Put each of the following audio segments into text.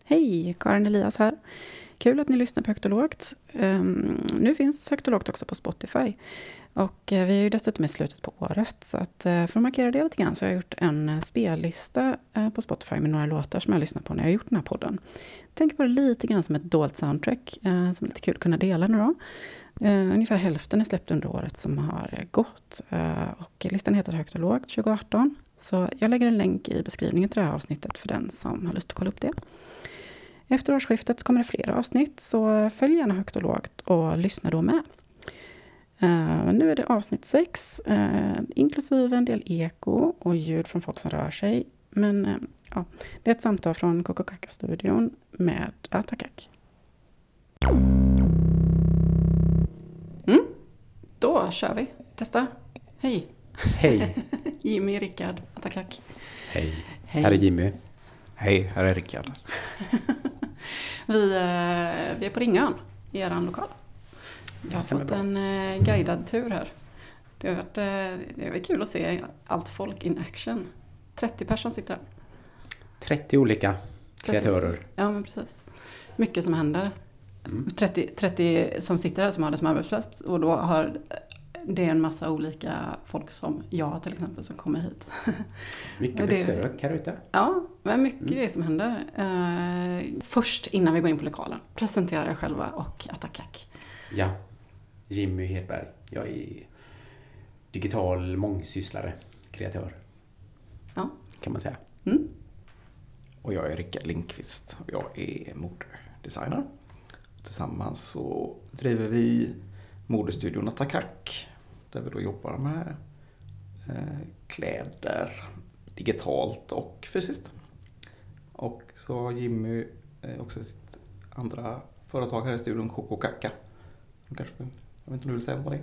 Hej, Karin Elias här. Kul att ni lyssnar på Högt och lågt. Nu finns Högt och lågt också på Spotify. Och vi är ju dessutom i slutet på året. Så att, för att markera det lite grann så har jag gjort en spellista på Spotify med några låtar som jag lyssnar på när jag har gjort den här podden. Tänk på det lite grann som ett dolt soundtrack som är lite kul att kunna dela nu då. Ungefär hälften är släppt under året som har gått. Och listan heter Högt och lågt 2018. Så jag lägger en länk i beskrivningen till det här avsnittet för den som har lust att kolla upp det. Efter årsskiftet så kommer det fler avsnitt, så följ gärna Högt och lågt och lyssna då med. Nu är det avsnitt 6, inklusive en del eko och ljud från folk som rör sig. Men ja, det är ett samtal från Kokokaka-studion med Atakak. Då kör vi. Testa. Hej. Hej. Jimmy, Rickard, Atakak. Hej. Här är Jimmy. Hej, här är Rickard. Vi är på Ringön i er lokal. Jag har fått en guidad tur här. Det var kul att se allt folk in action. 30 personer sitter här. 30 olika kreatörer. Ja, men precis. Mycket som händer. 30 som sitter här som har det som arbetsplats. Och då har det en massa olika folk som jag till exempel som kommer hit. Mycket besök här ute. Ja, men mycket det som händer. Först innan vi går in på lokalen presenterar jag själva och Atakak. Ja, Jimmy Hedberg. Jag är digital mångsysslare, kreatör. Ja. Kan man säga. Mm. Och jag är Rickard Lindqvist och jag är modedesigner. Tillsammans så driver vi modestudion Atakak, där vi då jobbar med kläder digitalt och fysiskt. Och så har Jimmy också sitt andra företag här i studion, Kokokaka. Jag vet inte om du vill säga vad det är.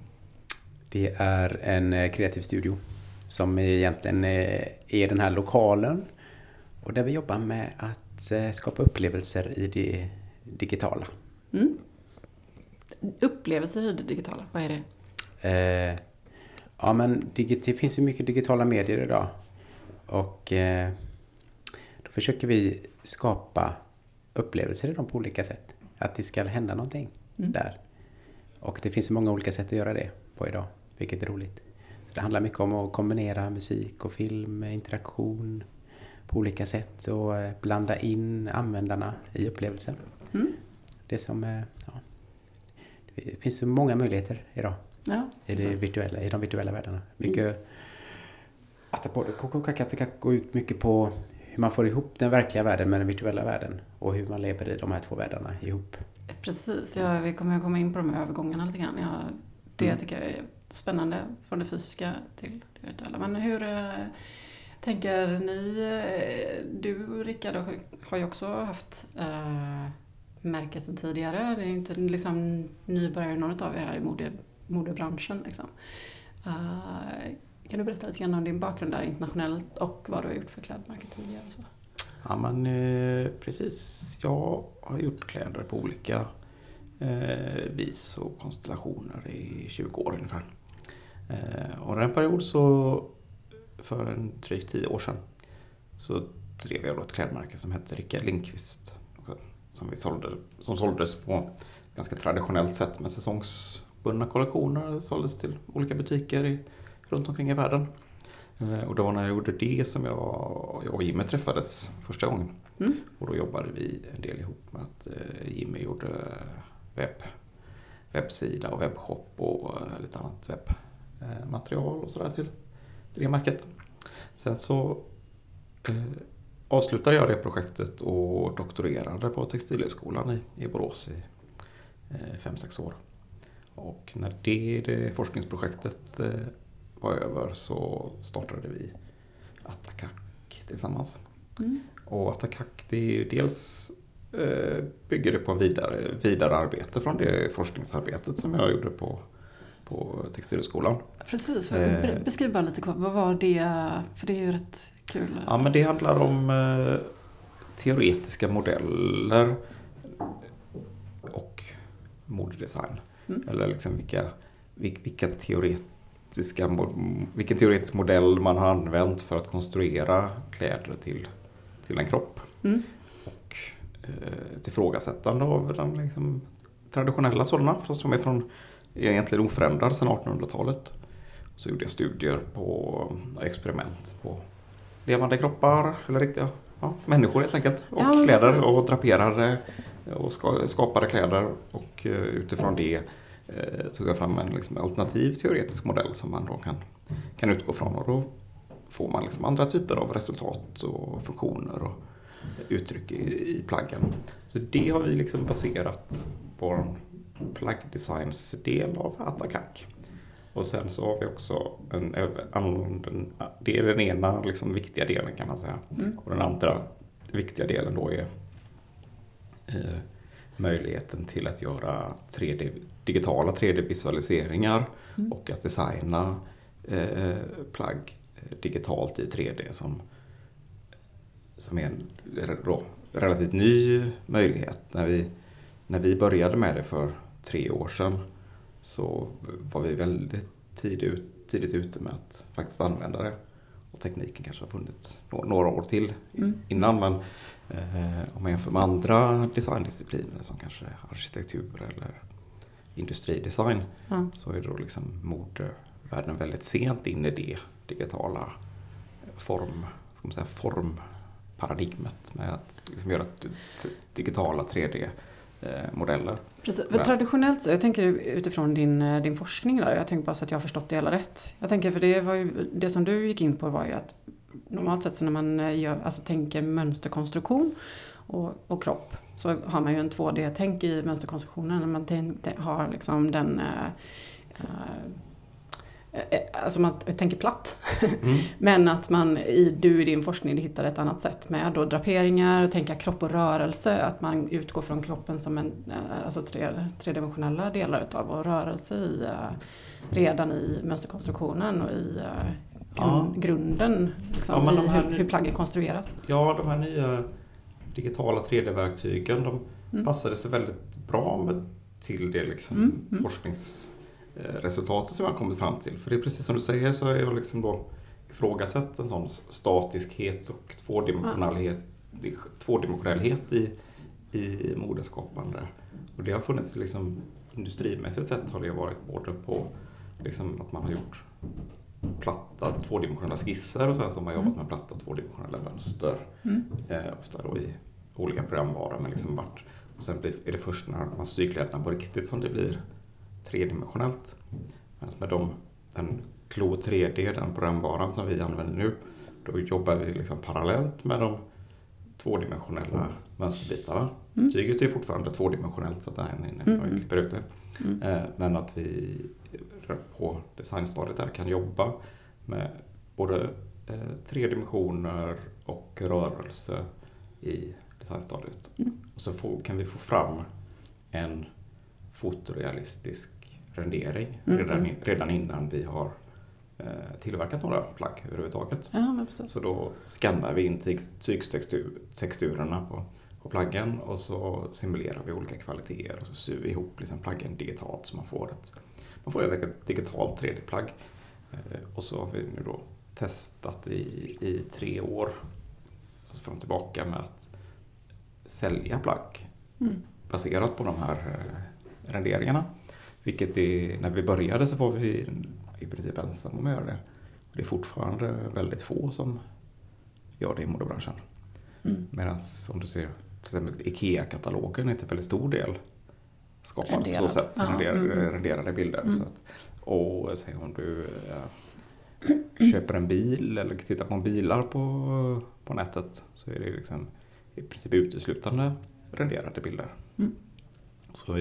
Det är en kreativ studio som egentligen är den här lokalen. Och där vi jobbar med att skapa upplevelser i det digitala. Mm. Upplevelser i det digitala, vad är det? Ja, men det finns ju mycket digitala medier idag. Och då försöker vi skapa upplevelser i dem på olika sätt. Att det ska hända någonting där. Och det finns så många olika sätt att göra det på idag, vilket är roligt. Så det handlar mycket om att kombinera musik och film, interaktion på olika sätt och blanda in användarna i upplevelsen. Det som det finns så många möjligheter idag i de virtuella världarna. Mycket att både Kokokaka går ut mycket på hur man får ihop den verkliga världen med den virtuella världen och hur man lever i de här två världarna ihop. Precis, vi kommer komma in på de här övergångarna lite grann. Det tycker jag är spännande från det fysiska till det virtuella. Men hur tänker ni? Du, Rickard, har ju också haft märken sedan tidigare. Det är inte liksom nybörjare någon av er här i modebranschen. Liksom. Kan du berätta lite grann om din bakgrund där internationellt och vad du har gjort för klädmärken tidigare? Och så? Ja, men precis. Jag har gjort kläder på olika vis och konstellationer i 20 år ungefär. Och under en period så för en drygt 10 år sedan så drev jag då ett klädmärke som hette Rickard Lindqvist. Som såldes på ganska traditionellt sätt med säsongsbundna kollektioner. Såldes till olika butiker runt omkring i världen. Och det var när jag gjorde det som jag och Jimmy träffades första gången. Och då jobbade vi en del ihop med att Jimmy gjorde webbsida och webbshop och lite annat webbmaterial och sådär till det märket. Sen så avslutade jag det projektet och doktorerade på Textilhögskolan i Borås i 5-6 år. Och när det forskningsprojektet var över så startade vi Atakak tillsammans. Och Atakak, det är ju dels bygger det på en vidare arbete från det forskningsarbetet som jag gjorde på Textilhögskolan. Precis, beskriv bara lite kort. Vad var det? För det är ju rätt kul. Ja, men det handlar om teoretiska modeller och modedesign. Eller liksom vilken teoretisk modell man har använt för att konstruera kläder till en kropp. och ett ifrågasättande av den liksom traditionella sådana, fast som är från egentligen oförändrad sedan 1800-talet. Så gjorde jag studier på experiment på levande kroppar, eller riktiga människor helt enkelt. Och kläder precis. Och draperade och skapade kläder. Och utifrån det tog jag fram en liksom alternativ teoretisk modell som man då kan utgå från. Och då får man liksom andra typer av resultat och funktioner och uttryck i plaggen. Så det har vi liksom baserat på plaggdesigns del av Atakak. Och sen så har vi också det är den ena liksom viktiga delen kan man säga. Och den andra viktiga delen då är möjligheten till att göra digitala 3D-visualiseringar och att designa plagg digitalt i 3D som är en då relativt ny möjlighet. När vi började med det för 3 år sedan så var vi väldigt tidigt ute med att faktiskt använda det. Och tekniken kanske har funnits några år till innan. Men om man jämför med andra designdiscipliner som kanske arkitektur eller industridesign så är då liksom modevärlden väldigt sent in i det digitala formparadigmet med att liksom göra digitala 3D-modeller. Precis. För traditionellt, jag tänker utifrån din forskning där, jag tänker bara så att jag har förstått det hela rätt. Jag tänker, för det var ju, det som du gick in på var ju att normalt sett så när man tänker mönsterkonstruktion och kropp så har man ju en 2D-tänk i mönsterkonstruktionen när man har liksom den alltså man tänker platt. Men att du i din forskning hittar ett annat sätt med då draperingar och tänka kropp och rörelse, att man utgår från kroppen som tredimensionella delar utav och rörelse redan i mönsterkonstruktionen och i grunden liksom, hur plaggen konstrueras. Ja, de här nya digitala 3D-verktygen de passade sig väldigt bra till det liksom forskningsresultatet som jag har kommit fram till. För det är precis som du säger så är jag liksom då ifrågasatt en sån statiskhet och tvådimensionellighet i modeskapande. Och det har funnits liksom industrimässigt sett har det varit både på liksom att man har gjort platta tvådimensionella skisser och sen så har man jobbat med platta tvådimensionella mönster. Ofta då i olika programvaror men liksom vart. Och sen är det först när man syr kläderna på riktigt som det blir tredimensionellt. Men med den Clo 3D, den programvaran som vi använder nu, då jobbar vi liksom parallellt med de tvådimensionella mönsterbitarna. Tyget är fortfarande tvådimensionellt så att det är en klipper ut det. Men att vi på designstadiet där kan jobba med både 3 dimensioner och rörelse i designstadiet. Och så kan vi få fram en fotorealistisk rendering redan innan vi har tillverkat några plagg överhuvudtaget. Så då skannar vi in tygstexturerna på plaggen och så simulerar vi olika kvaliteter och så syr vi ihop liksom plaggen digitalt så man får ett digitalt 3D-plagg. Och så har vi nu då testat i 3 år alltså fram och tillbaka med att sälja plagg baserat på de här renderingarna. Vilket när vi började så var vi i princip ensamma med att göra det. Och det är fortfarande väldigt få som gör det i modebranschen. Medan om du ser till exempel IKEA-katalogen är en väldigt stor del skapad på så sätt. Renderade bilder. Så att, och säg om du köper en bil eller tittar på bilar på nätet så är det liksom i princip uteslutande renderade bilder. Så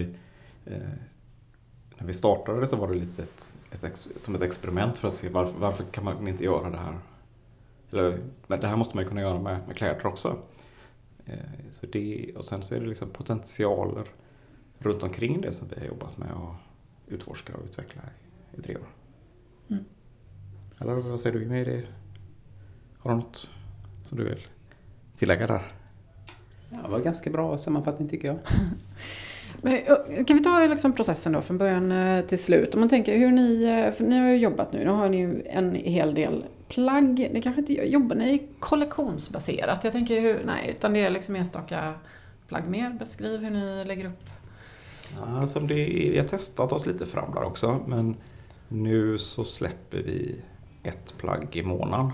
när vi startade så var det lite som ett experiment för att se varför kan man inte göra det här. Men det här måste man ju kunna göra med kläder också. Och sen så är det liksom potentialer runt omkring det som vi har jobbat med att utforska och utveckla i 3 år. Eller vad säger du med det? Har du något som du vill tillägga där? Ja, det var ganska bra sammanfattning tycker jag. Men, kan vi ta liksom processen då från början till slut? Om man tänker hur ni har ju jobbat nu har ni ju en hel del plagg, det kanske inte jobbar ni kollektionsbaserat? Jag tänker utan det är liksom enstaka plagg mer. Beskriv hur ni lägger upp. Ja, vi har testat oss lite fram där också, men nu så släpper vi ett plagg i månaden.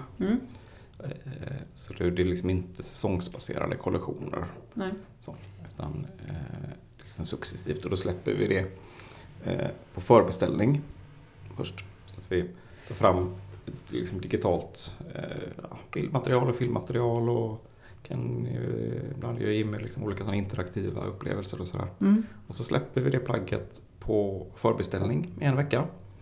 Så det är liksom inte säsongsbaserade kollektioner. Nej. Så, utan liksom successivt, och då släpper vi det på förbeställning först. Så att vi tar fram liksom digitalt bildmaterial och filmmaterial och kan ibland göra in med liksom olika interaktiva upplevelser och sådär. Och så släpper vi det plagget på förbeställning i en vecka.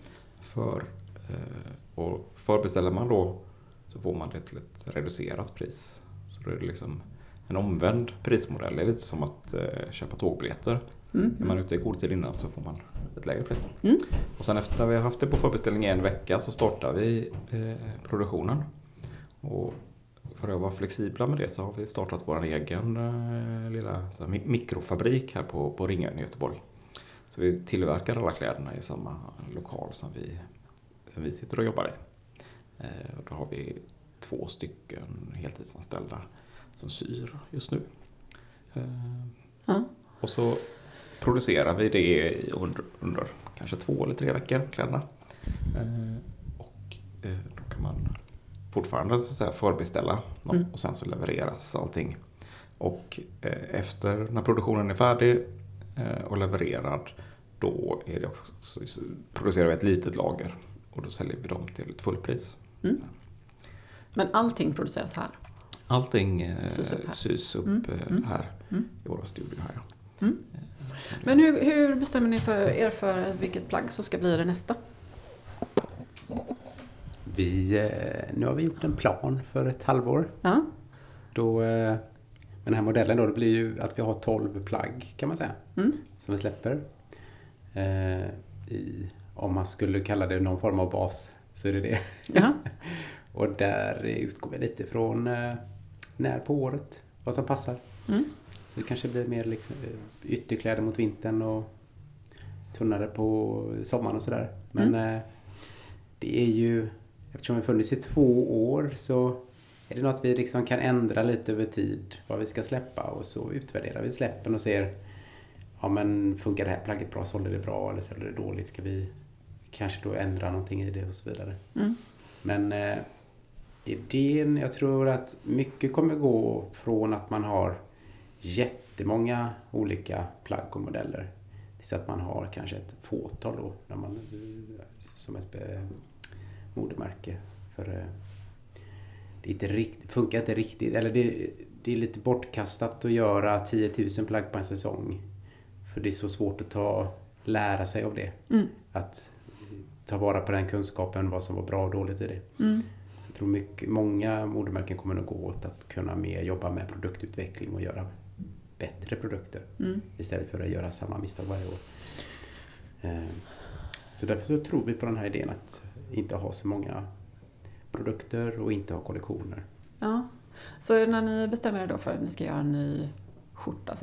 Och förbeställer man då så får man det till ett reducerat pris. Så då är det liksom en omvänd prismodell. Det är lite som att köpa tågbiljetter. Är man ute i god tid innan så får man ett lägre pris. Och sen efter att vi har haft det på förbeställning i en vecka så startar vi produktionen. Och för att vara flexibla med det så har vi startat vår egen lilla mikrofabrik här på Ringön i Göteborg. Så vi tillverkar alla kläderna i samma lokal som vi sitter och jobbar i. Och då har vi 2 stycken heltidsanställda som syr just nu. Och så producerar vi det under kanske 2 eller 3 veckor, kläderna. Och då kan man fortfarande så att säga förbeställa och sen så levereras allting. Och efter när produktionen är färdig och levererad, då är det också, så producerar vi ett litet lager och då säljer vi dem till ett fullpris. Men allting produceras här? Allting sys upp här i våra studier här. Ja. Men hur bestämmer ni för vilket plagg som ska bli det nästa? Nu har vi gjort en plan för ett halvår. Ja. Då, med den här modellen då, det blir ju att vi har 12 plagg kan man säga. Som vi släpper. Om man skulle kalla det någon form av bas så är det det. Ja. Och där utgår vi lite från när på året, vad som passar. Så det kanske blir mer liksom, ytterkläder mot vintern och tunnare på sommaren och sådär. Men det är ju, eftersom vi funnits i 2 år så är det något vi liksom kan ändra lite över tid vad vi ska släppa, och så utvärderar vi släppen och ser, ja men funkar det här plagget bra, så håller det bra eller så håller det dåligt, ska vi kanske då ändra någonting i det och så vidare. Men idén, jag tror att mycket kommer gå från att man har jättemånga olika plagg och modeller tills att man har kanske ett fåtal då, när man, som ett modemärke. För det inte funkar inte riktigt, eller det är lite bortkastat att göra 10 000 plagg på en säsong. För det är så svårt att lära sig av det. Att ta vara på den kunskapen, vad som var bra och dåligt i det. Så jag tror många modemärken kommer att gå åt att kunna mer jobba med produktutveckling och göra bättre produkter. Istället för att göra samma misstag varje år. Så därför så tror vi på den här idén att inte ha så många produkter och inte ha kollektioner. Ja, så när ni bestämmer er då för att ni ska göra en ny skjorta,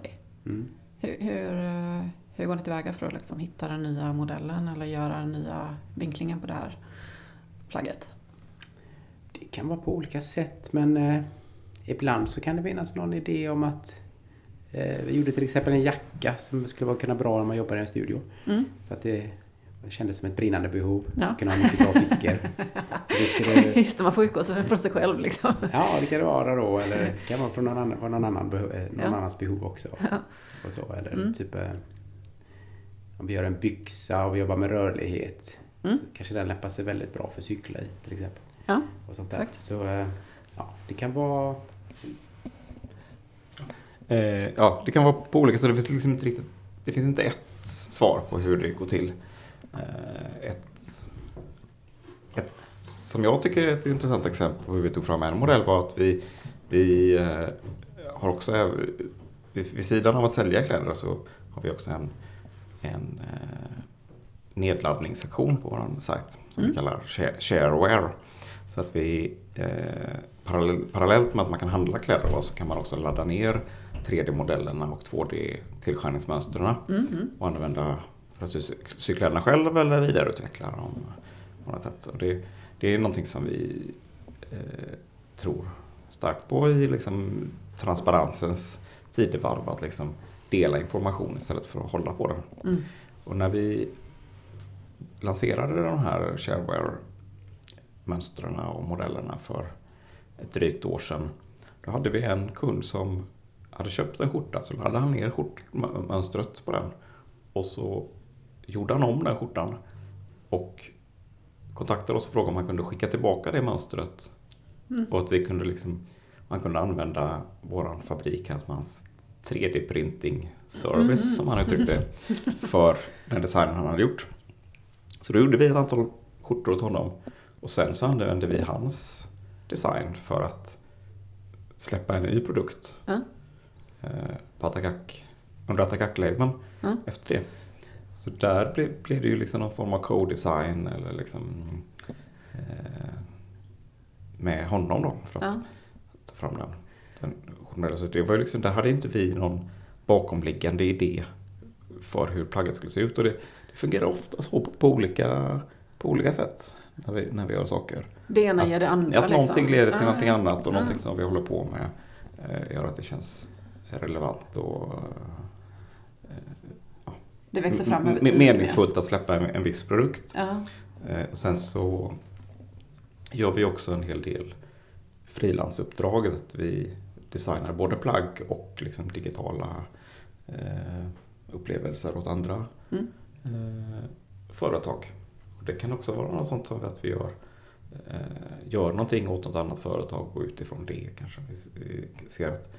hur går ni tillväga för att liksom hitta den nya modellen eller göra den nya vinklingen på det här plagget? Det kan vara på olika sätt, men ibland så kan det finnas någon idé om att vi gjorde till exempel en jacka som skulle vara kunna bra när man jobbar i en studio. För att det kändes som ett brinnande behov. Ja. Kunna ha mycket bra fickor. Just det, man får utgå från sig själv liksom. Ja, det kan det vara då. Eller det kan vara från någon annans behov också. Ja. Och så, eller typ om vi gör en byxa och vi jobbar med rörlighet. Så kanske den lämpar sig väldigt bra för cykla i till exempel. Ja, och sånt där. Exakt. Så det kan vara... det kan vara på olika sätt. Det finns liksom inte riktigt, det finns inte ett svar på hur det går till. Ett som jag tycker är ett intressant exempel på hur vi tog fram en modell var att vi har också vid sidan av att sälja kläder så har vi också en nedladdningssektion på vår sajt som vi kallar Shareware. Så att vi parallellt med att man kan handla kläder så kan man också ladda ner 3D-modellerna och 2D-tillskärningsmönsterna och använda för att sy kläderna själv eller vidareutveckla dem på något sätt. Och det är någonting som vi tror starkt på i liksom transparensens tidevarv, att liksom dela information istället för att hålla på den. Och när vi lanserade de här shareware-mönstren och modellerna för ett drygt år sedan, då hade vi en kund som hade köpt en skjorta, så hade han ner mönstret på den och så gjorde han om den skjortan och kontaktade oss och frågade om man kunde skicka tillbaka det mönstret och att vi kunde man kunde använda våran fabrik, hans 3D-printing service som han uttryckte för den designen han hade gjort. Så då gjorde vi ett antal skjortor åt honom och sen så använde vi hans design för att släppa en ny produkt på under Attack-labeln efter det. Så där blev det ju liksom någon form av co-design eller liksom med honom då för att ta fram den. Så det var ju liksom, där hade inte vi någon bakomliggande idé för hur plagget skulle se ut, och det fungerar ofta så på olika sätt när vi gör saker. Det ena ger det andra. Att någonting leder till någonting annat och någonting som vi håller på med gör att det känns relevant och det växer fram över tid. Meningsfullt att släppa en viss produkt. Och sen så gör vi också en hel del frilansuppdrag, att vi designar både plagg och liksom digitala upplevelser åt andra företag. Och det kan också vara något sånt som att vi gör någonting åt något annat företag och utifrån det kanske vi ser att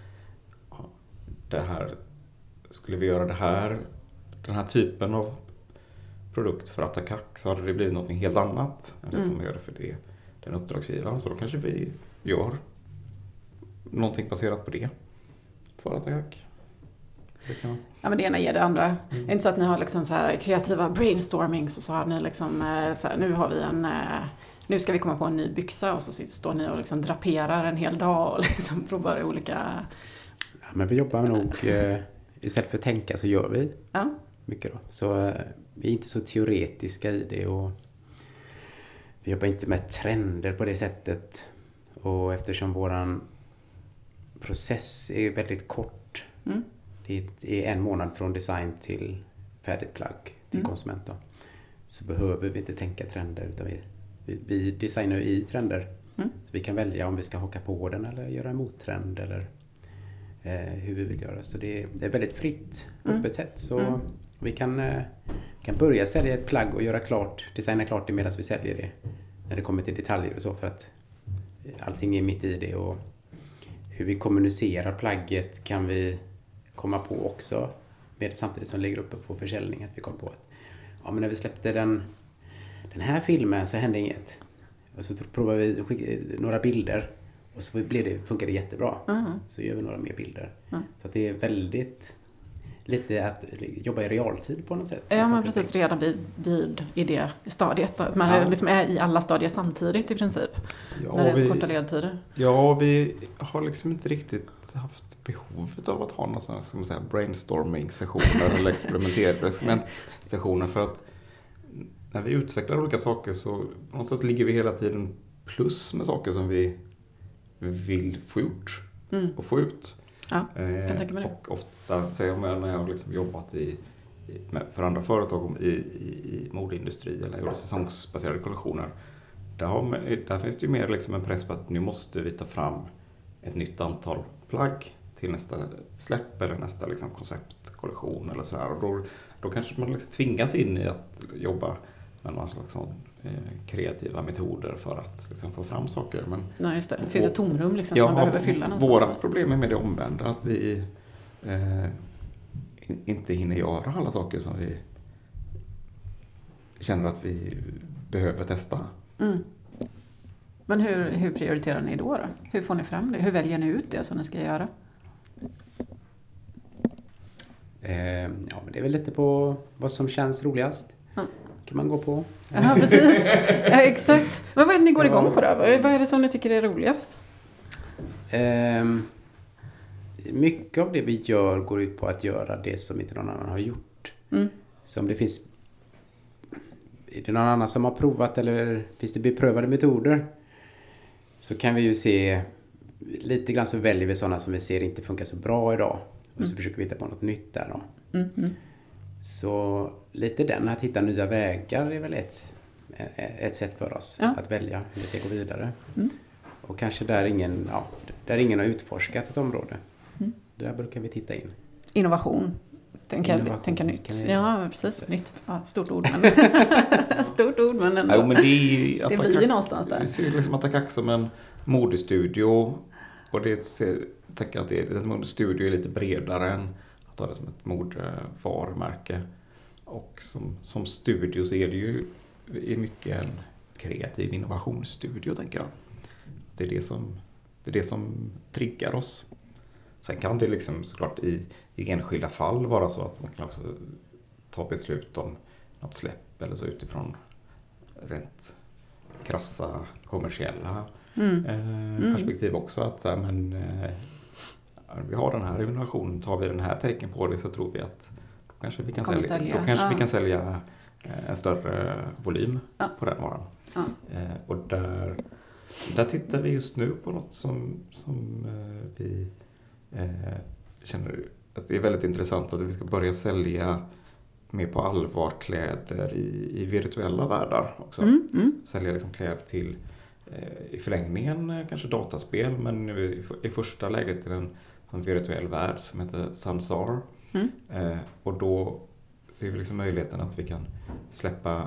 det här, skulle vi göra den här typen av produkt för Attack, så hade det blivit något helt annat än det som vi gör för den uppdragsgivaren. Så då kanske vi gör någonting baserat på det för Attack. Ja, men det ena ger det andra. Det är inte så att ni har liksom så här kreativa brainstormings och så har ni liksom så här, nu ska vi komma på en ny byxa och så står ni och liksom draperar en hel dag och liksom provar olika. Ja, men vi jobbar nog istället för att tänka så gör vi mycket då. Så vi är inte så teoretiska i det och vi jobbar inte med trender på det sättet, och eftersom våran process är väldigt kort. Det är 1 månad från design till färdigt plagg till konsument då. Så behöver vi inte tänka trender, utan vi designar i trender. Så vi kan välja om vi ska haka på den eller göra en mottrend eller hur vi vill göra. Så det är väldigt fritt, öppet sätt. Så vi kan börja sälja ett plagg och designa klart det medan vi säljer det. När det kommer till detaljer och så, för att allting är mitt i det, och hur vi kommunicerar plagget kan vi komma på också samtidigt som ligger uppe på försäljning, att vi kom på att men när vi släppte den här filmen så hände inget, och så provar vi några bilder och så funkar det jättebra, så gör vi några mer bilder, så att det är väldigt lite att jobba i realtid på något sätt. Ja, men precis, redan vid i det stadiet då. Man liksom är i alla stadier samtidigt i princip. Ja, när det är så korta ledtider. Ja, vi har liksom inte riktigt haft behovet av att ha någon sån, ska man säga, brainstorming-sessioner eller experimentsessioner, för att när vi utvecklar olika saker så på något sätt ligger vi hela tiden plus med saker som vi vill få gjort och få ut. Ja, kan tänka mig det. Och ofta säger man, när jag har liksom jobbat för andra företag i modeindustri eller gjorde säsongsbaserade kollektioner, där finns det ju mer liksom en press på att nu måste vi ta fram ett nytt antal plagg till nästa släpp eller nästa liksom konceptkollektion eller så här, och då kanske man liksom tvingas in i att jobba med någon slags kreativa metoder för att liksom få fram saker. Men nej, just det. Det finns ett tomrum liksom som man behöver fylla någonstans. Vårat problem är med det omvända, att vi inte hinner göra alla saker som vi känner att vi behöver testa. Men hur prioriterar ni då? Hur får ni fram det? Hur väljer ni ut det som ni ska göra? Men det är väl lite på vad som känns roligast. Kan man gå på. Ja, precis. Ja, exakt. Men vad är det ni går igång på då? Vad är det som ni tycker är roligast? Mycket av det vi gör går ut på att göra det som inte någon annan har gjort. Så om det finns... Är det någon annan som har provat eller finns det beprövade metoder så kan vi ju se lite grann, så väljer vi sådana som vi ser inte funkar så bra idag. Och så försöker vi hitta på något nytt där då. Så lite den, att hitta nya vägar är väl ett sätt för oss att välja hur vi ska gå vidare. Och kanske där ingen har utforskat ett område. Där brukar vi titta in. Innovation. Tänka nytt. Ja, precis. Nytt. Ja, stort ord. Men stort ord, men ändå. Ja, men det blir ju någonstans där. Vi ser liksom Attack som en modestudio. Och tänker att en modestudio är lite bredare än att ha det som ett modevarumärke. Och som studio så är det ju mycket en kreativ innovationsstudio, tänker jag. Det är det som triggar oss. Sen kan det liksom såklart i enskilda fall vara så att man kan också ta beslut om något släpp eller så utifrån rent krassa kommersiella perspektiv också. Att så här, vi har den här innovationen, tar vi den här tecken på det så tror vi att då kanske vi kan sälja en större volym på den varan. Och där tittar vi just nu på något som vi känner att det är väldigt intressant, att vi ska börja sälja mer på allvar kläder i virtuella världar också. Sälja liksom kläder till i förlängningen kanske dataspel, men i första läget till en sån virtuell värld som heter Sansar. Och då ser vi liksom möjligheten att vi kan släppa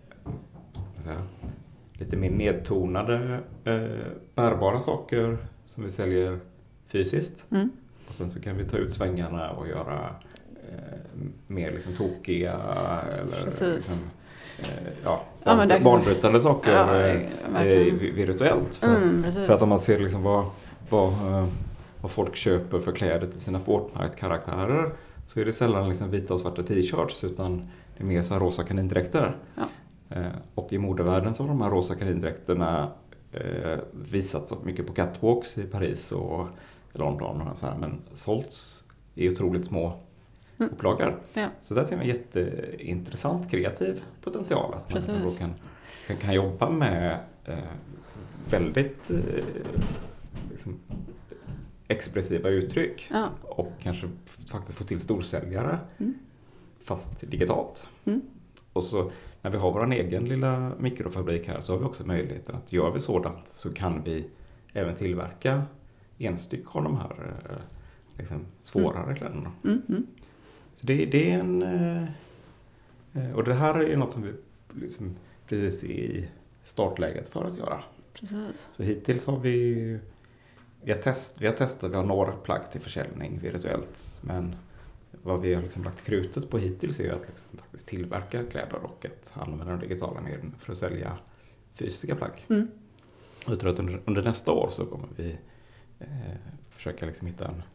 lite mer nedtonade bärbara saker som vi säljer fysiskt. Och sen så kan vi ta ut svängarna och göra mer liksom tokiga eller liksom, banbrytande saker virtuellt. För att om man ser liksom vad folk köper för kläder till sina Fortnite-karaktärer, så är det sällan liksom vita och svarta t-shirts, utan det är mer så här rosa kanindräkter. Och i modevärlden så har de här rosa kanindräkterna visats mycket på catwalks i Paris och London och så här, men sålts i otroligt små upplagor. Så där ser man jätteintressant kreativ potential, att man då kan jobba med väldigt liksom expressiva uttryck och kanske faktiskt få till storsäljare fast digitalt. Och så när vi har vår egen lilla mikrofabrik här, så har vi också möjligheten att gör vi sådant så kan vi även tillverka en styck av de här liksom, svårare kläderna. Så det är och det här är något som vi liksom precis är i startläget för att göra. Precis. Så hittills har vi har testat, vi har några plagg till försäljning virtuellt, men vad vi har liksom lagt krutet på hittills är att liksom faktiskt tillverka kläder och att använda de digitala medierna för att sälja fysiska plagg. Och jag tror att under nästa år så kommer vi försöka liksom hitta en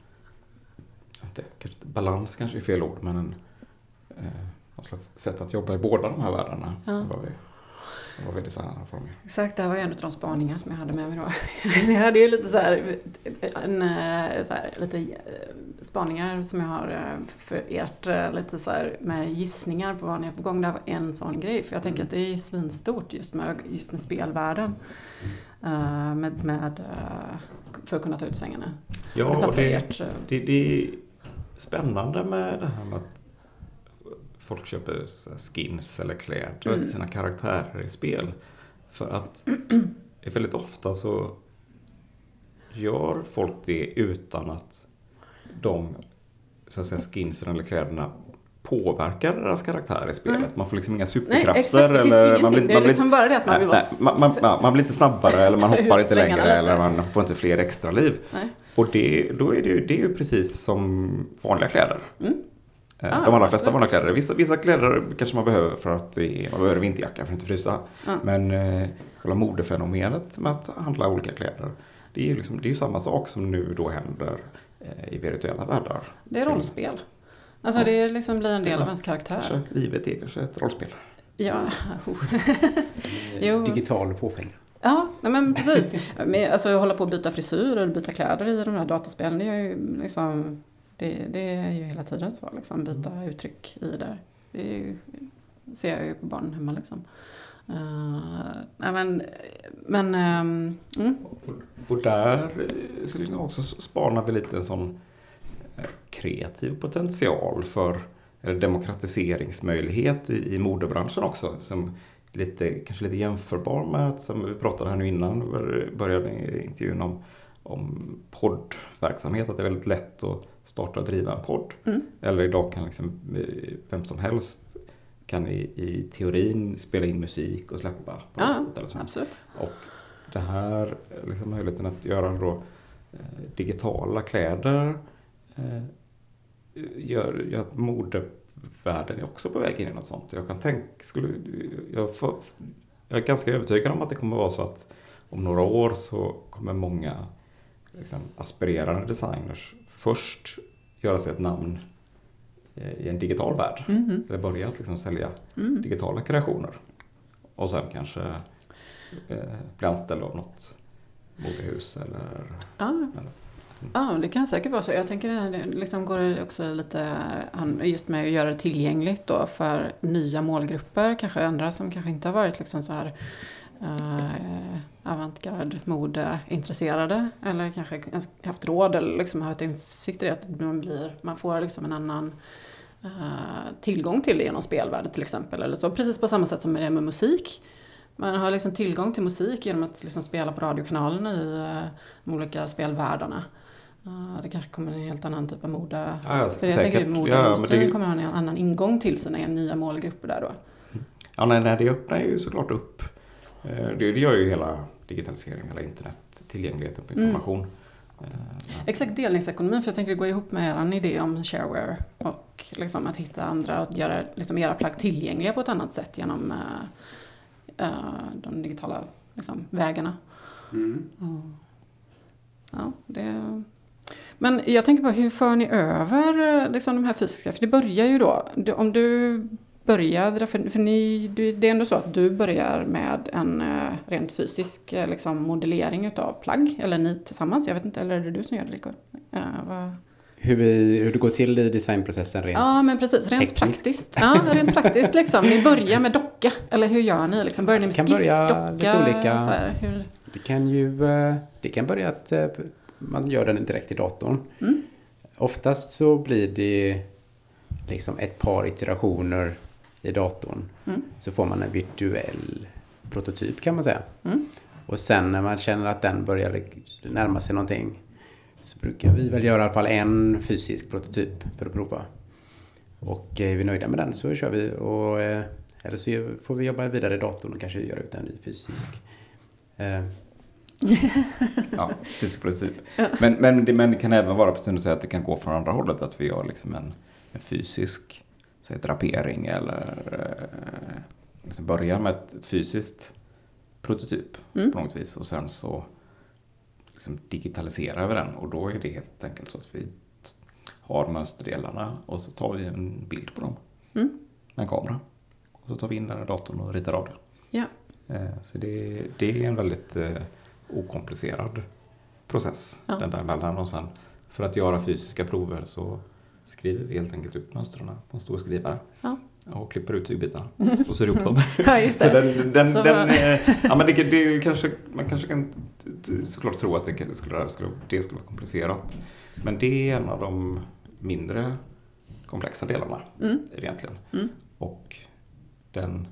balans, kanske är fel ord, men något slags sätt att jobba i båda de här världarna. Vad vi designar för dem. Exakt, det var en av de spaningar som jag hade med mig då. Jag hade ju lite lite spaningar som jag har för ert, lite så här med gissningar på vad ni är på gång. Det var en sån grej, för jag tänker att det är ju svinstort just med spelvärlden. För att kunna ta ut svängarna. Ja, och det är spännande med det här med att folk köper skins eller kläder till sina karaktärer i spel. För att väldigt ofta så gör folk det utan att de, så att säga, skinsen eller kläderna påverkar deras karaktär i spelet. Man får liksom inga superkrafter. Nej, exakt, eller det är liksom bara det att man vill man blir inte snabbare eller man hoppar inte längre eller man får inte fler extra liv. Nej. Och det är ju precis som vanliga kläder. De allra flesta vanliga kläder. Vissa kläder kanske man behöver för att man behöver vinterjacka för att inte frysa. Men själva modefenomenet med att handla olika kläder, det är ju samma sak som nu då händer i virtuella världar. Det är rollspel. Alltså det liksom blir en del av ens karaktär. Kanske, livet är kanske ett rollspel. Ja. Digital fåfänga. Ja, men precis. Alltså hålla på att byta frisyr eller byta kläder i de här dataspelen, det är ju liksom... Det är ju hela tiden så, liksom, byta uttryck i det. Det är ju, ser jag ju på barnen hemma liksom. Och där skulle jag också spana vi lite en sån kreativ potential för eller demokratiseringsmöjlighet i modebranschen också, som kanske lite jämförbar med att, som vi pratade här nu innan, började intervjun om poddverksamhet, att det är väldigt lätt att starta och driva en podd. Eller idag kan liksom vem som helst kan i teorin spela in musik och släppa på nätet eller så. Absolut. Och det här liksom möjligheten att göra då digitala kläder gör att modevärlden är också på väg in i något sånt. Jag kan jag är ganska övertygad om att det kommer vara så att om några år så kommer många liksom aspirerande designers först göra sig ett namn i en digital värld. Eller börja att liksom sälja digitala kreationer. Och sen kanske bli anställd av något modehus eller något. Ja, det kan säkert vara så. Jag tänker att det liksom går också lite just med att göra det tillgängligt då för nya målgrupper, kanske andra som kanske inte har varit liksom så här avantgarde modeintresserade eller kanske haft råd eller liksom har ett insikt i att man får liksom en annan tillgång till det genom spelvärlden till exempel eller så, precis på samma sätt som med det med musik. Man har liksom tillgång till musik genom att liksom spela på radiokanalen i de olika spelvärldarna. Det kanske kommer en helt annan typ av mode. Ja, för jag tänker att modeindustrin kommer ha en annan ingång till sina nya målgrupper där då. Ja, nej, det öppnar ju såklart upp. Det gör ju hela digitaliseringen, hela internet, tillgängligheten på information. Exakt, delningsekonomin, för jag tänker det går ihop med en idé om shareware och liksom att hitta andra och göra liksom era plagg tillgängliga på ett annat sätt genom de digitala liksom, vägarna. Ja, men jag tänker på hur för ni över liksom, de här fysiska, för det börjar ju då, om du började, för det är ändå så att du börjar med en rent fysisk liksom, modellering utav plagg, eller ni tillsammans, jag vet inte, eller är det du som gör det, Rico? Hur det går till i designprocessen rent Ja, men precis, rent tekniskt. Praktiskt. Ja, rent praktiskt liksom. Ni börjar med docka, eller hur gör ni? Liksom, börjar ni med skiss, docka? Lite olika. Så här, hur? Det kan börja att man gör den direkt i datorn. Oftast så blir det liksom ett par iterationer i datorn. Så får man en virtuell prototyp kan man säga. Och sen när man känner att den börjar närma sig någonting så brukar vi väl göra i alla fall en fysisk prototyp för att prova. Och är vi nöjda med den så kör vi. Eller så får vi jobba vidare i datorn och kanske göra ut en ny fysisk. Ja, fysisk prototyp. Men det kan även vara precis som du säger att det kan gå från andra hållet. Att vi gör liksom en fysisk drapering eller liksom börjar med ett fysiskt prototyp på något vis. Och sen så liksom digitaliserar vi den och då är det helt enkelt så att vi har mönsterdelarna och så tar vi en bild på dem med en kamera och så tar vi in den i datorn och ritar av det. Ja. Så det är en väldigt okomplicerad process den däremellan och sen för att göra fysiska prover så skriver vi helt enkelt ut mönstren på en stor skrivare. Ja. Och klipper ut tygbitarna och syr ihop dem. Ja, just det. Man kanske kan såklart tro att det skulle vara komplicerat. Men det är en av de mindre komplexa delarna egentligen. Och den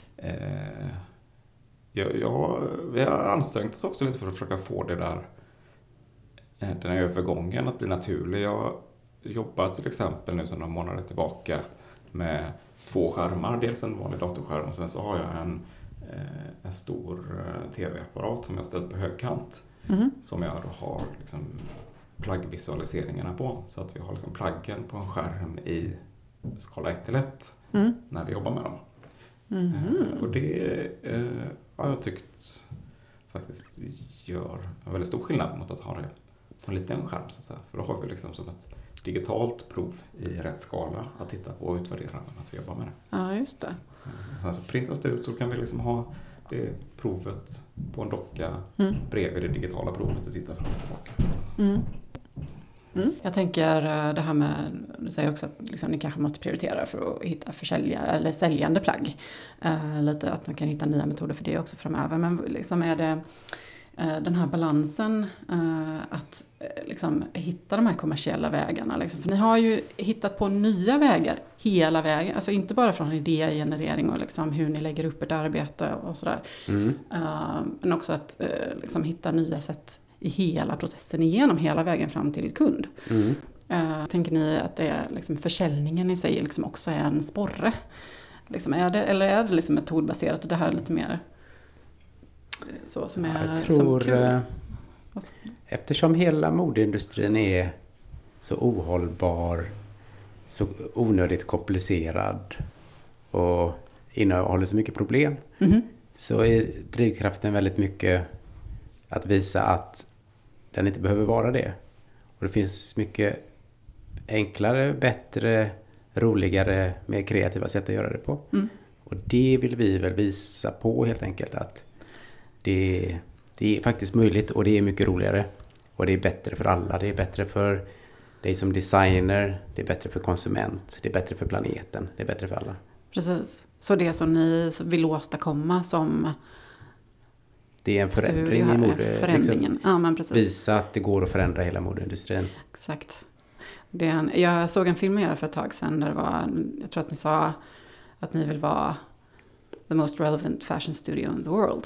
vi har ansträngt oss också lite för att försöka få det där den här övergången att bli naturlig. Jag jobbar till exempel nu sedan några månader tillbaka med 2 skärmar. Dels en vanlig datorskärm och sen så har jag en stor tv-apparat som jag ställt på högkant. Som jag då har liksom plaggvisualiseringarna på. Så att vi har liksom plaggen på en skärm i skala 1:1 när vi jobbar med dem. Och det har jag tyckt faktiskt gör en väldigt stor skillnad mot att ha det på en liten skärm. Så att säga. För då har vi liksom som ett digitalt prov i rätt skala att titta på och utvärdera medan vi jobbar med det. Ja, just det. Sen så printas det ut och kan vi liksom ha det provet på en docka bredvid det digitala provet och titta fram och tillbaka. Jag tänker det här med, du säger också att liksom, ni kanske måste prioritera för att hitta säljande plagg. Lite att man kan hitta nya metoder för det också framöver. Men liksom är det den här balansen att liksom hitta de här kommersiella vägarna. Liksom. För ni har ju hittat på nya vägar hela vägen. Alltså inte bara från idégenerering och liksom hur ni lägger upp ett arbete och sådär. Men också att liksom hitta nya sätt i hela processen igenom hela vägen fram till kund. Tänker ni att det är liksom försäljningen i sig liksom också är en sporre? Liksom eller är det liksom metodbaserat och det här är lite mer så som är jag tror, som kul? Eftersom hela modeindustrin är så ohållbar, så onödigt komplicerad och innehåller så mycket problem, så är drivkraften väldigt mycket att visa att den inte behöver vara det. Och det finns mycket enklare, bättre, roligare, mer kreativa sätt att göra det på. Och det vill vi väl visa på helt enkelt, att det är faktiskt möjligt och det är mycket roligare. Och det är bättre för alla. Det är bättre för dig som designer, det är bättre för konsument, det är bättre för planeten, det är bättre för alla. Precis. Så det som ni vill åstadkomma som det är en förändring i förändringen. Liksom, ja, men precis. Visa att det går att förändra hela modeindustrin. Exakt. Jag såg en film med er för ett tag sedan där det var, jag tror att ni sa att ni vill vara the most relevant fashion studio in the world.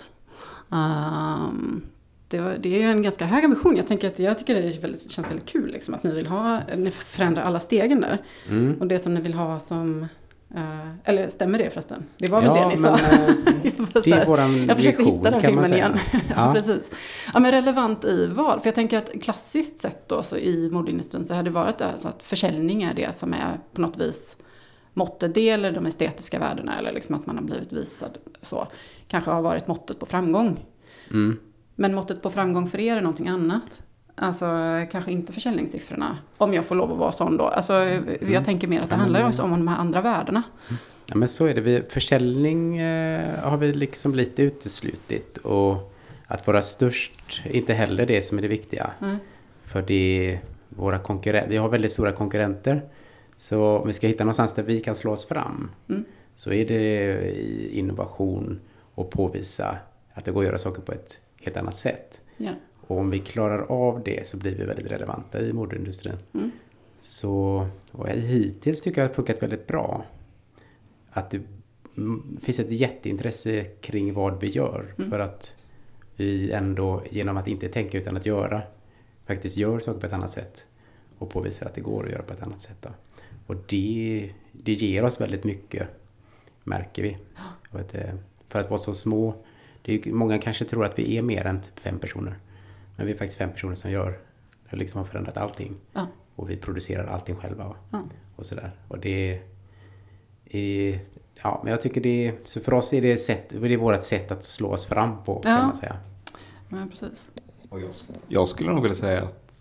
Det är ju en ganska hög ambition. Jag tycker det känns väldigt kul liksom, att ni förändrar alla stegen där. Och det som ni vill ha som eller stämmer det förresten? Det var väl det ni sa. Det är våran vision, jag försökte hitta den filmen igen. Ja. Precis. Ja, men relevant i vad? För jag tänker att klassiskt sett då, så i modeindustrin så har det varit så att försäljning är det som är på något vis måttet, det eller de estetiska värdena eller liksom att man har blivit visad så. Kanske har varit måttet på framgång. Men måttet på framgång för er är någonting annat. Alltså kanske inte försäljningssiffrorna. Om jag får lov att vara sån då. Alltså jag tänker mer att det handlar också om de här andra värdena. Ja, men så är det. Försäljning har vi liksom lite uteslutit. Och att vara störst är inte heller det som är det viktiga. För det är våra konkurrenter. Vi har väldigt stora konkurrenter. Så om vi ska hitta någonstans där vi kan slå oss fram. Så är det i innovation och påvisa att det går att göra saker på ett helt annat sätt. Ja. Och om vi klarar av det så blir vi väldigt relevanta i modeindustrin. Så och hittills tycker jag att det har funkat väldigt bra. Att det finns ett jätteintresse kring vad vi gör. För att vi ändå genom att inte tänka utan att göra faktiskt gör saker på ett annat sätt. Och påvisar att det går att göra på ett annat sätt. Då. Och det ger oss väldigt mycket, märker vi. Och för att vara så små, många kanske tror att vi är mer än typ 5 personer. Men vi är faktiskt 5 personer som liksom har förändrat allting. Ja. Och vi producerar allting själva. Och sådär. Och det är... Ja, men jag tycker så för oss är det vårt sätt att slå oss fram på, kan man säga. Ja, precis. Och jag skulle nog vilja säga att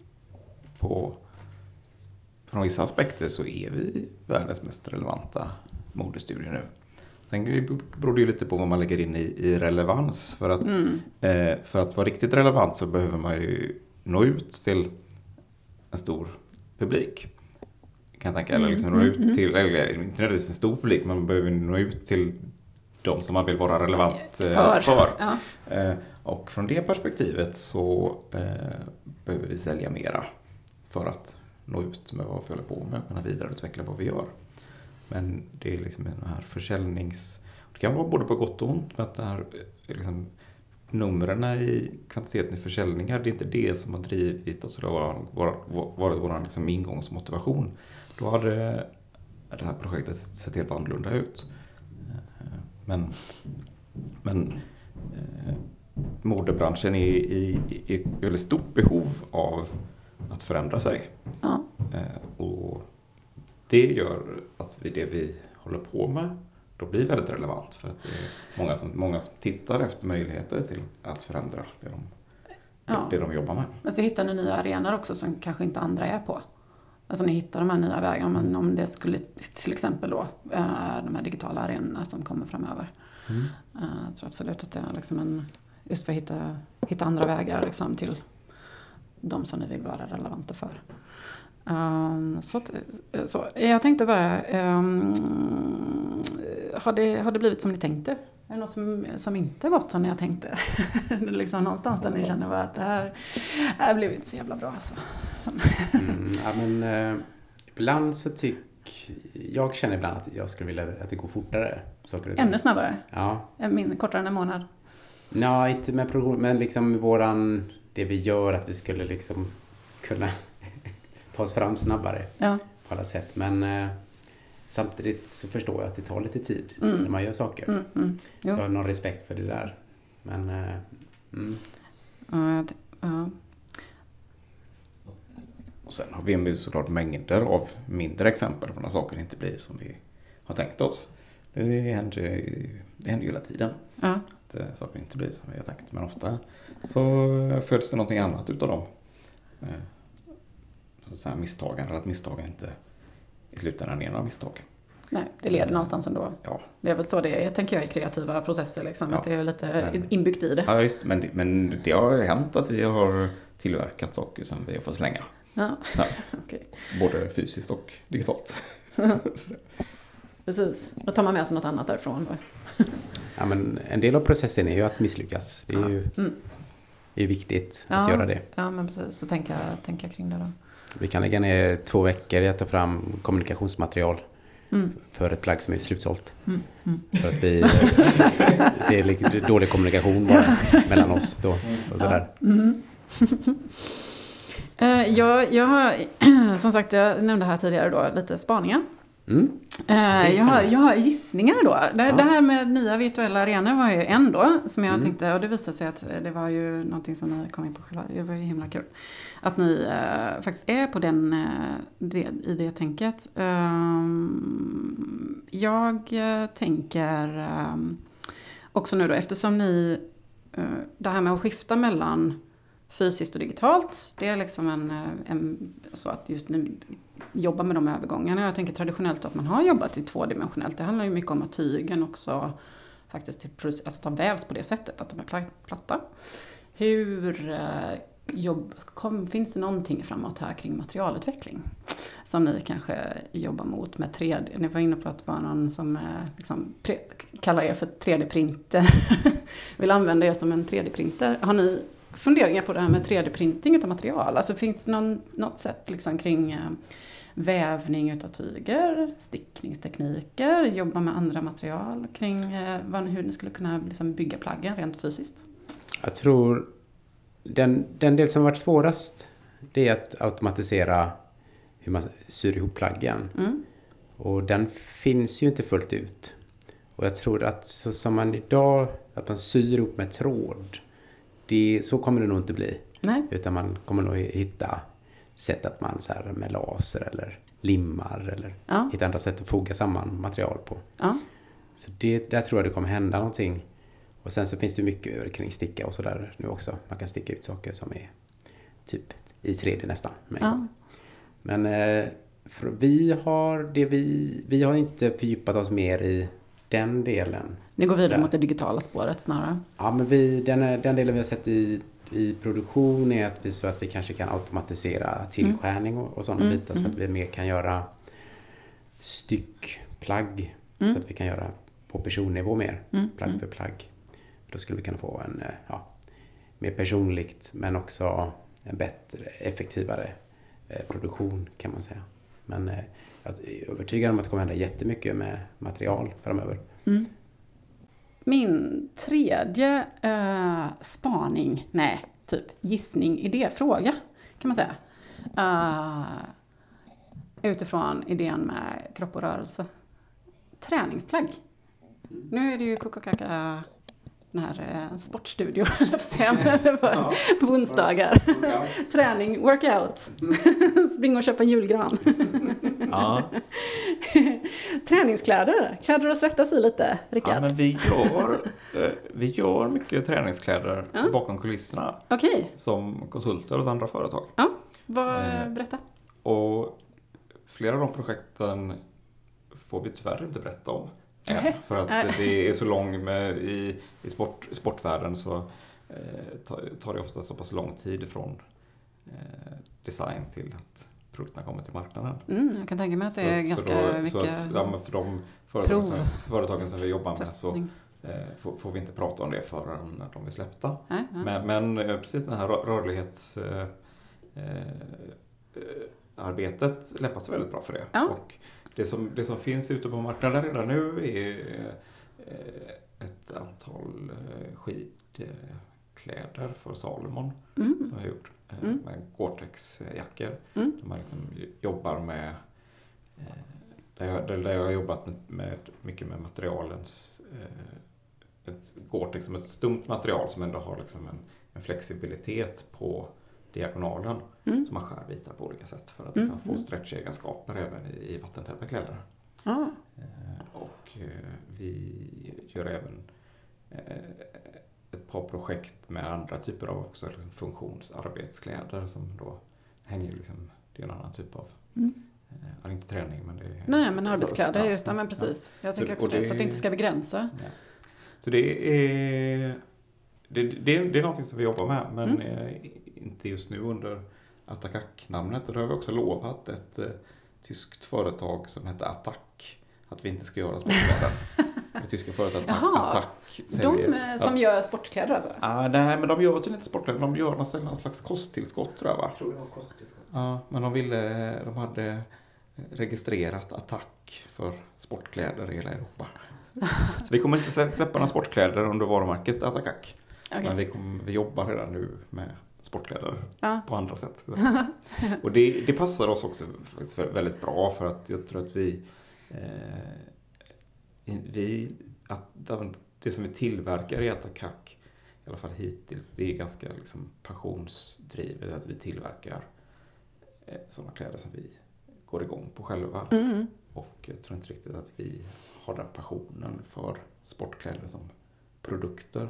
från vissa aspekter så är vi världens mest relevanta modestudio nu. Sen beror det ju lite på vad man lägger in i relevans. För att vara riktigt relevant så behöver man ju nå ut till en stor publik. Kan jag tänka. Eller liksom nå ut till, eller inte nödvändigtvis en stor publik, men man behöver nå ut till de som man vill vara relevant för. Ja. Och från det perspektivet så behöver vi sälja mera för att nå ut med vad vi håller på med och kunna vidareutveckla vad vi gör. Men det är liksom den här det kan vara både på gott och ont, med att det här liksom, numren i kvantiteten i försäljningar, det är inte det som har drivit oss, det har varit vår liksom ingångsmotivation. Då hade det här projektet sett helt annorlunda ut. Men modebranschen är i ett väldigt stort behov av att förändra sig. Ja. Och det gör att det vi håller på med då blir väldigt relevant, för att det är många som tittar efter möjligheter till att förändra det de jobbar med. Men så hittar ni nya arenor också som kanske inte andra är på. Alltså ni hittar de här nya vägarna, men om det skulle till exempel då de här digitala arenorna som kommer framöver. Jag tror absolut att det är liksom just för att hitta andra vägar liksom till de som ni vill vara relevanta för. Så jag tänkte bara, har det blivit som ni tänkte? Är det något som inte har gått som ni tänkte? Liksom någonstans där ni känner att det här blev inte så jävla bra alltså. Ibland så jag känner ibland att jag skulle vilja att det går fortare. Ännu snabbare? Ja. Kortare än en månad? Nej, inte med produktion, men liksom det vi gör, att vi skulle liksom kunna ta oss fram snabbare på alla sätt. Men samtidigt så förstår jag att det tar lite tid när man gör saker. Så jag har någon respekt för det där. Men Och sen har vi såklart mängder av mindre exempel på när saker inte blir som vi har tänkt oss. Det händer ju hela tiden. Att saker inte blir som vi har tänkt. Men ofta så föds det någonting annat utav dem. Så här misstagen, eller att misstagen inte i slutändan är några misstag. Nej, det leder någonstans ändå. Ja. Det är väl så det är, tänker jag, i kreativa processer. Liksom, att det är lite inbyggt i det. Ja, visst. Men det har hänt att vi har tillverkat saker som vi har fått slänga. Ja. Okay. Både fysiskt och digitalt. Precis. Då tar man med sig något annat därifrån. Ja, men en del av processen är ju att misslyckas. Det är ju viktigt att göra det. Ja, men precis. Så tänka kring det då. Vi kan lägga ner 2 veckor i att ta fram kommunikationsmaterial för ett plagg som är slutsålt. För att det är lite dålig kommunikation bara mellan oss då och sådär. Jag har, som sagt, jag nämnde här tidigare då, lite spaningar. Jag har gissningar då. Det här med nya virtuella arenor var ju en då, som jag tänkte, och det visade sig att det var ju någonting som ni kom in på själva. Det var ju himla kul. Att ni faktiskt är på i det tänket. Jag tänker också nu då, eftersom ni, det här med att skifta mellan fysiskt och digitalt, det är liksom så att just nu jobba med de övergångarna. Jag tänker traditionellt att man har jobbat i 2-dimensionellt. Det handlar ju mycket om att tygen också faktiskt att de vävs på det sättet, att de är platta. Finns det någonting framåt här kring materialutveckling som ni kanske jobbar mot med 3D? Ni var inne på att det var någon som liksom kallar er för 3D-printer. Vill använda er som en 3D-printer. Har ni funderingar på det här med 3D-printing av material? Alltså finns det något sätt liksom kring vävning utav tyger, stickningstekniker, jobba med andra material kring hur ni skulle kunna liksom bygga plaggen rent fysiskt? Jag tror den del som har varit svårast, det är att automatisera hur man syr ihop plaggen. Och den finns ju inte fullt ut. Och jag tror att så som man idag, att man syr ihop med tråd, så kommer det nog inte bli. Nej. Utan man kommer nog hitta sätt att man så här med laser eller limmar eller hitta andra sätt att foga samman material på. Ja. Så där tror jag det kommer hända någonting. Och sen så finns det mycket kring sticka och sådär nu också. Man kan sticka ut saker som är typ i 3D nästan. Men vi har inte fördjupat oss mer i den delen. Ni går vidare mot det digitala spåret snarare. Ja, men den delen vi har sett i produktion är att vi kanske kan automatisera tillskärning och sådana bitar så att vi mer kan göra styckplagg så att vi kan göra på personnivå mer, plagg för plagg. Då skulle vi kunna få en mer personligt men också en bättre, effektivare produktion kan man säga. Men jag är övertygad om att det kommer hända jättemycket med material framöver. Min tredje gissning, idéfråga kan man säga. Utifrån idén med kropp och rörelse. Träningsplagg. Nu är det ju Kokokaka, den här sportstudio på onsdagar. Träning, workout. Spring och köpa en julgran. Träningskläder. Kläder att svettas i lite, Rickard. Ja, men vi gör mycket träningskläder bakom kulisserna. Okay. Som konsulter åt andra företag. Ja, berätta. Och flera av de projekten får vi tyvärr inte berätta om. För att det är så lång i sportvärlden så tar det ofta så pass lång tid från design till att produkterna kommer till marknaden. Jag kan tänka mig att det är ganska mycket för de företagen som vi jobbar med så får vi inte prata om det förrän de är släppta. Men precis den här rörlighetsarbetet lämpar sig väldigt bra för det. Ja. Och det som finns ute på marknaden redan nu är ett antal skidkläder för Salomon som jag har gjort. Med Gore-Tex-jackor. De här liksom jobbar med där jag har jobbat mycket med materialens ett Gore-Tex som ett stumt material som ändå har liksom en flexibilitet på diagonalen som man skär bitar på olika sätt för att liksom få stretchegenskaper även i vattentäta kläder. Och vi gör även ett par projekt med andra typer av också liksom funktionsarbetskläder som då hänger liksom, det är en annan typ av inte träning men det är... Nej, men arbetskläder just det, men precis. Jag tänker också det, så att det inte ska begränsa. Ja. Så det är någonting som vi jobbar med, men inte just nu under Attack-namnet. Och då har vi också lovat ett tyskt företag som heter Attack att vi inte ska göra sportkläder. Det tyska företaget Attack säljer. De som gör sportkläder alltså? Nej, men de gör tydligen inte sportkläder. De gör någon slags kosttillskott tror jag, va? Jag tror det var kosttillskott. Ja, men de hade registrerat Attack för sportkläder i hela Europa. Så vi kommer inte släppa några sportkläder under varumärket Attack. Okay. Men vi jobbar redan nu med sportkläder på andra sätt. Och det passar oss också faktiskt väldigt bra för att jag tror att det som vi tillverkar i Attack, i alla fall hittills, det är ganska liksom passionsdrivet att vi tillverkar sådana kläder som vi går igång på själva. Och jag tror inte riktigt att vi har den passionen för sportkläder som produkter.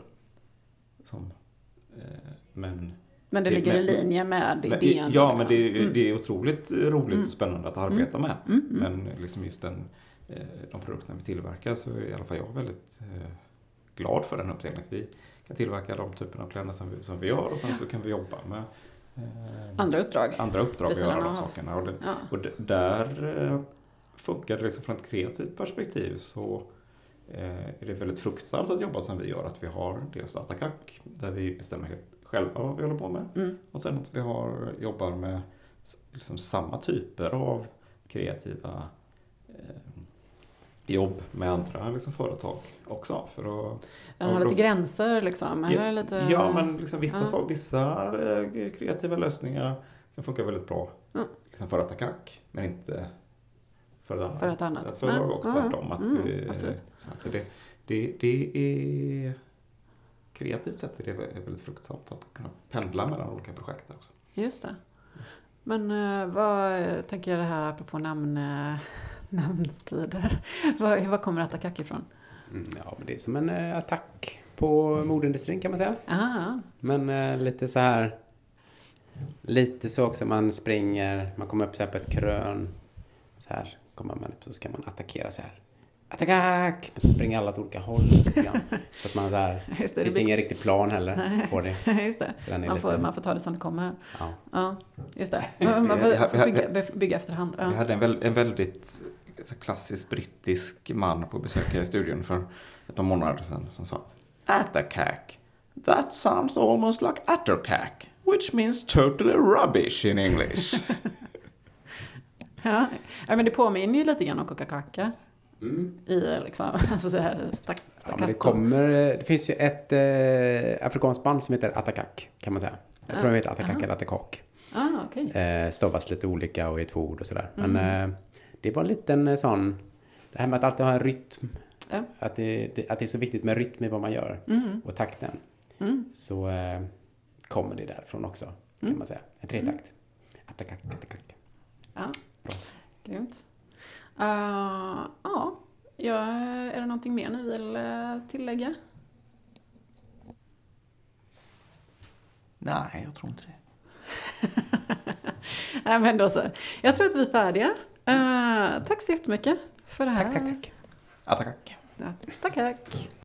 Men det ligger i linje med idén. Ja, men det är otroligt roligt och spännande att arbeta med. Men liksom just de produkterna vi tillverkar så är i alla fall jag väldigt glad för den uppdelningen. Att vi kan tillverka de typerna av kläder som vi gör och sen så kan vi jobba med andra uppdrag och göra de sakerna. Och där funkar det liksom från ett kreativt perspektiv så är det väldigt fruktsamt att jobba som vi gör. Att vi har dels Attack där vi bestämmer helt själva vad vi håller på med. Och sen att vi jobbar med liksom samma typer av kreativa jobb med andra liksom företag också. För att har lite gränser liksom? Eller lite... Ja, men liksom vissa kreativa lösningar kan funka väldigt bra liksom för Attack, men inte för ett annat företag och tvärtom. Så det är kreativt sett är det väldigt fruktsamt att kunna pendla mellan olika projekt också. Just det. Men vad tänker jag det här apropå namnstider? Vad kommer Attack ifrån? Ja, men det är som en attack på modeindustrin kan man säga. Aha. Men lite så här, lite så också man kommer upp så här på ett krön så här. Kommer man upp så ska man attackera så här. Attack! Så springer alla åt olika håll. Så att man så här, det finns ingen riktig plan heller på det. Just det. Man får ta det som det kommer. Ja, just det. Man får bygga efterhand. Vi hade en väldigt klassisk brittisk man på besök i studion för ett par månader sedan som sa Attack. That sounds almost like Attercack, which means totally rubbish in English. Ja, men det påminner ju lite grann om Coca-Cola. I liksom, alltså så här men det finns ju ett afrikanskt band som heter Attack kan man säga. Jag tror det heter Attack eller Attack. Okay. Stavas lite olika och i 2 ord och sådär. Men det var en liten sån, det här med att alltid ha en rytm. Att det är så viktigt med rytm i vad man gör och takten. Så kommer det därifrån också kan man säga. En 3-takt. Attack. Ja, grymt. Är det någonting mer ni vill tillägga? Nej, jag tror inte det. Nej, men då så. Jag tror att vi är färdiga. Tack så jättemycket för det här. Tack. Attack. Tack.